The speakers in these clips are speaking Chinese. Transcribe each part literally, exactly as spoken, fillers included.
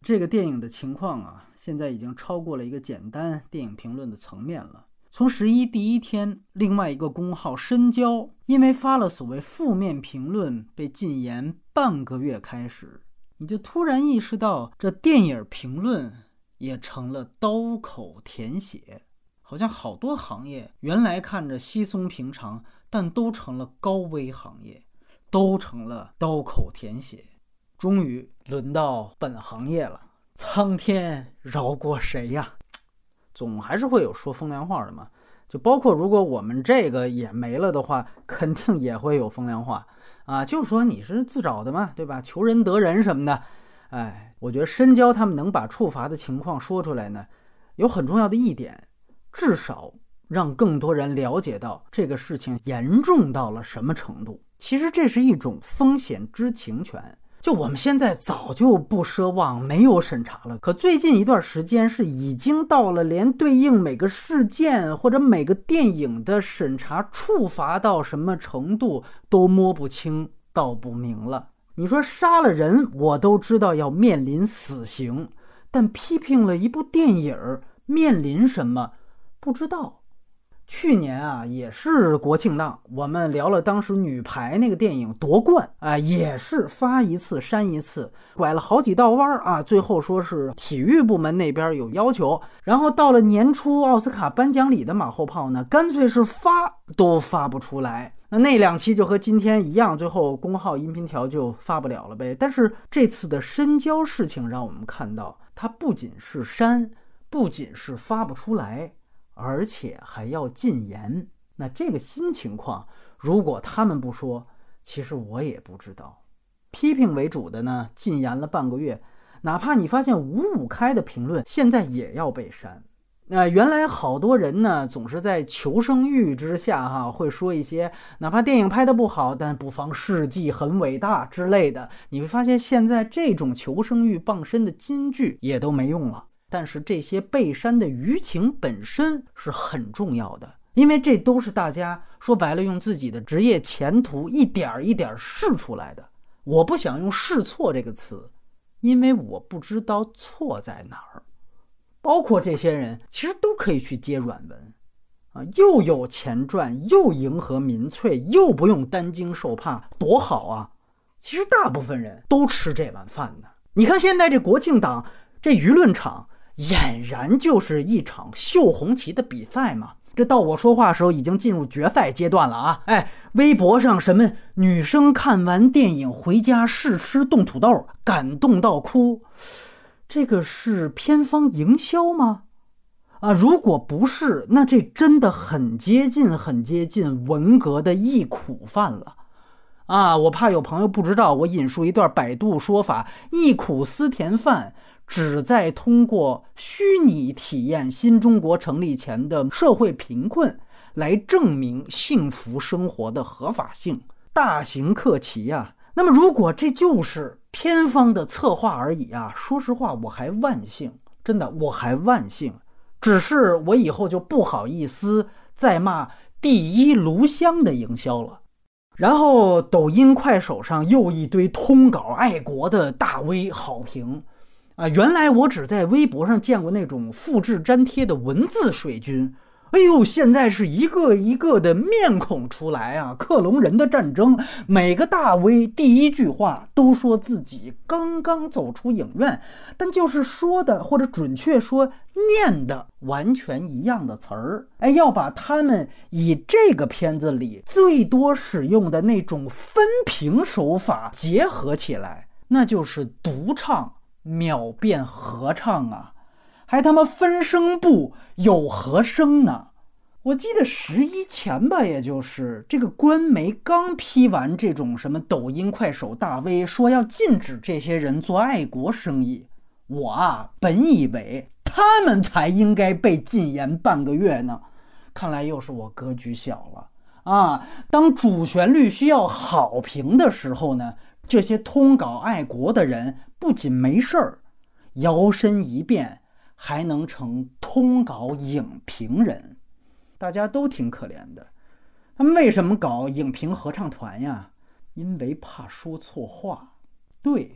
这个电影的情况啊，现在已经超过了一个简单电影评论的层面了。从十一第一天，另外一个公号深交因为发了所谓负面评论被禁言半个月开始，你就突然意识到这电影评论也成了刀口舔血，好像好多行业原来看着稀松平常，但都成了高危行业，都成了刀口舔血。终于轮到本行业了，苍天饶过谁呀？总还是会有说风凉话的嘛，就包括如果我们这个也没了的话，肯定也会有风凉话啊，就说你是自找的嘛，对吧？求人得人什么的。哎，我觉得深交他们能把处罚的情况说出来呢，有很重要的一点，至少让更多人了解到这个事情严重到了什么程度。其实这是一种风险知情权，就我们现在早就不奢望没有审查了，可最近一段时间是已经到了连对应每个事件或者每个电影的审查处罚到什么程度都摸不清道不明了。你说杀了人我都知道要面临死刑，但批评了一部电影面临什么不知道。去年啊，也是国庆档，我们聊了当时女排那个电影夺冠啊，也是发一次删一次，拐了好几道弯啊，最后说是体育部门那边有要求，然后到了年初奥斯卡颁奖礼的马后炮呢，干脆是发都发不出来。那那两期就和今天一样，最后公号音频条就发不了了呗。但是这次的深交事情让我们看到，它不仅是删，不仅是发不出来，而且还要禁言。那这个新情况如果他们不说，其实我也不知道。批评为主的呢，禁言了半个月，哪怕你发现五五开的评论现在也要被删。呃，原来好多人呢总是在求生欲之下哈，会说一些哪怕电影拍得不好，但不妨事迹很伟大之类的。你会发现现在这种求生欲傍身的金句也都没用了。但是这些被删的舆情本身是很重要的，因为这都是大家说白了用自己的职业前途一点一点试出来的。我不想用试错这个词，因为我不知道错在哪儿。包括这些人其实都可以去接软文啊，又有钱赚，又迎合民粹，又不用担惊受怕，多好啊！其实大部分人都吃这碗饭呢。你看现在这国庆档，这舆论场俨然就是一场秀红旗的比赛嘛。这到我说话的时候已经进入决赛阶段了啊！哎，微博上什么女生看完电影回家试吃冻土豆，感动到哭，这个是偏方营销吗？啊，如果不是，那这真的很接近很接近文革的忆苦饭了啊！我怕有朋友不知道，我引述一段百度说法，忆苦思甜饭旨在通过虚拟体验新中国成立前的社会贫困，来证明幸福生活的合法性。大行克奇啊！那么如果这就是偏方的策划而已啊，说实话我还万幸，真的我还万幸。只是我以后就不好意思再骂第一炉香的营销了。然后抖音快手上又一堆通稿爱国的大 V 好评啊！原来我只在微博上见过那种复制粘贴的文字水军，哎呦，现在是一个一个的面孔出来啊！克隆人的战争，每个大 V 第一句话都说自己刚刚走出影院，但就是说的或者准确说念的完全一样的词儿。哎，要把他们以这个片子里最多使用的那种分屏手法结合起来，那就是独唱秒变合唱啊！还他妈分声部有和声呢。我记得十一前吧，也就是这个官媒刚批完这种什么抖音快手大 V 说要禁止这些人做爱国生意，我啊本以为他们才应该被禁言半个月呢，看来又是我格局小了啊！当主旋律需要好评的时候呢，这些通稿爱国的人不仅没事儿，摇身一变还能成通稿影评人，大家都挺可怜的。他们为什么搞影评合唱团呀？因为怕说错话。对，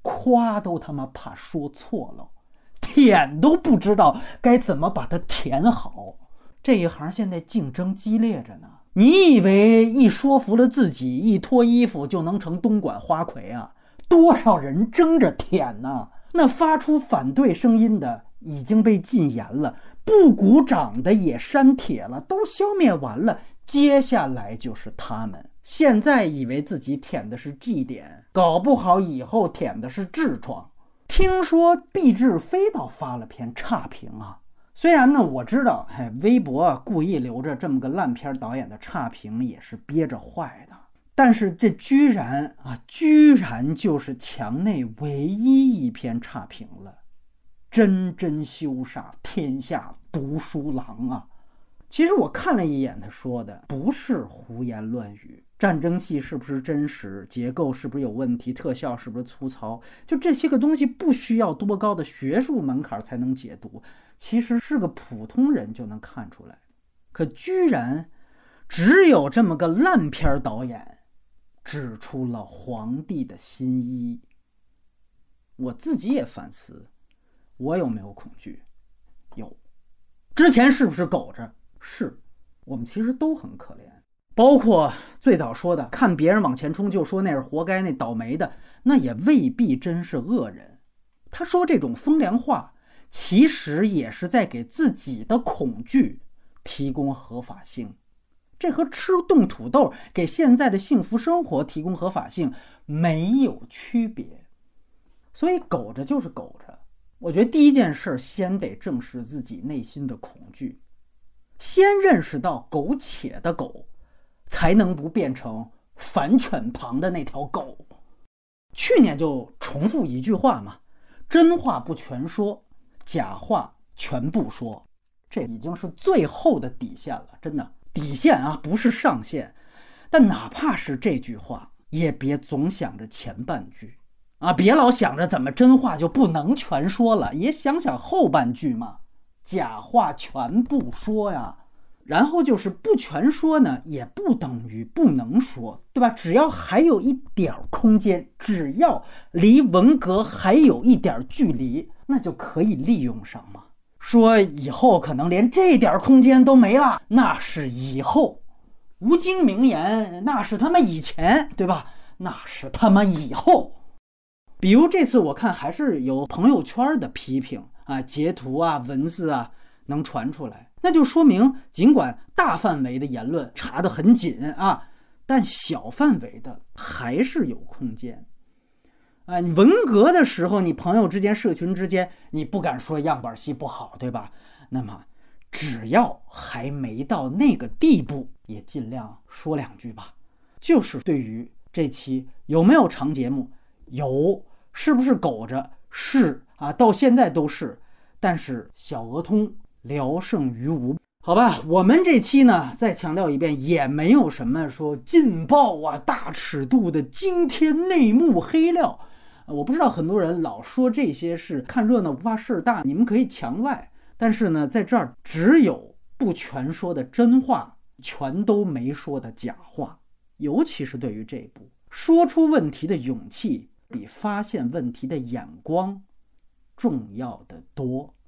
夸都他妈怕说错了，舔都不知道该怎么把它舔好。这一行现在竞争激烈着呢，你以为一说服了自己，一脱衣服就能成东莞花魁啊？多少人争着舔呢？那发出反对声音的已经被禁言了，不鼓掌的也删帖了，都消灭完了。接下来就是他们，现在以为自己舔的是 G 点，搞不好以后舔的是痔疮。听说毕志飞倒发了篇差评啊，虽然呢我知道，哎，微博故意留着这么个烂片导演的差评也是憋着坏的，但是这居然啊，居然就是墙内唯一一篇差评了，真真羞煞天下读书郎啊！其实我看了一眼他说的不是胡言乱语，战争戏是不是真实，结构是不是有问题，特效是不是粗糙，就这些个东西不需要多高的学术门槛才能解读，其实是个普通人就能看出来。可居然只有这么个烂片导演指出了皇帝的新衣。我自己也反思，我有没有恐惧？有。之前是不是苟着？是。我们其实都很可怜，包括最早说的看别人往前冲就说那是活该，那倒霉的，那也未必真是恶人。他说这种风凉话其实也是在给自己的恐惧提供合法性，这和吃冻土豆给现在的幸福生活提供合法性没有区别。所以苟着就是苟着，我觉得第一件事先得正视自己内心的恐惧，先认识到苟且的苟，才能不变成反犬旁的那条狗。去年就重复一句话嘛，真话不全说，假话全不说，这已经是最后的底线了，真的底线啊，不是上限。但哪怕是这句话，也别总想着前半句啊，别老想着怎么真话就不能全说了，也想想后半句嘛，假话全不说呀。然后就是不全说呢，也不等于不能说，对吧？只要还有一点空间，只要离文革还有一点距离，那就可以利用上嘛。说以后可能连这点空间都没了，那是以后。吴京名言，那是他妈以前，对吧？那是他妈以后。比如这次我看还是有朋友圈的批评啊，截图啊，文字啊能传出来，那就说明尽管大范围的言论查得很紧啊，但小范围的还是有空间啊。你文革的时候，你朋友之间、社群之间，你不敢说样板戏不好，对吧？那么只要还没到那个地步，也尽量说两句吧。就是对于这期有没有长节目，有，是不是苟着，是啊，到现在都是，但是小鹅通聊胜于无。好吧，我们这期呢再强调一遍，也没有什么说劲爆啊大尺度的惊天内幕黑料。我不知道很多人老说这些是看热闹不怕事大，你们可以墙外，但是呢在这儿只有不全说的真话，全都没说的假话。尤其是对于这一步，说出问题的勇气比发现问题的眼光重要的多。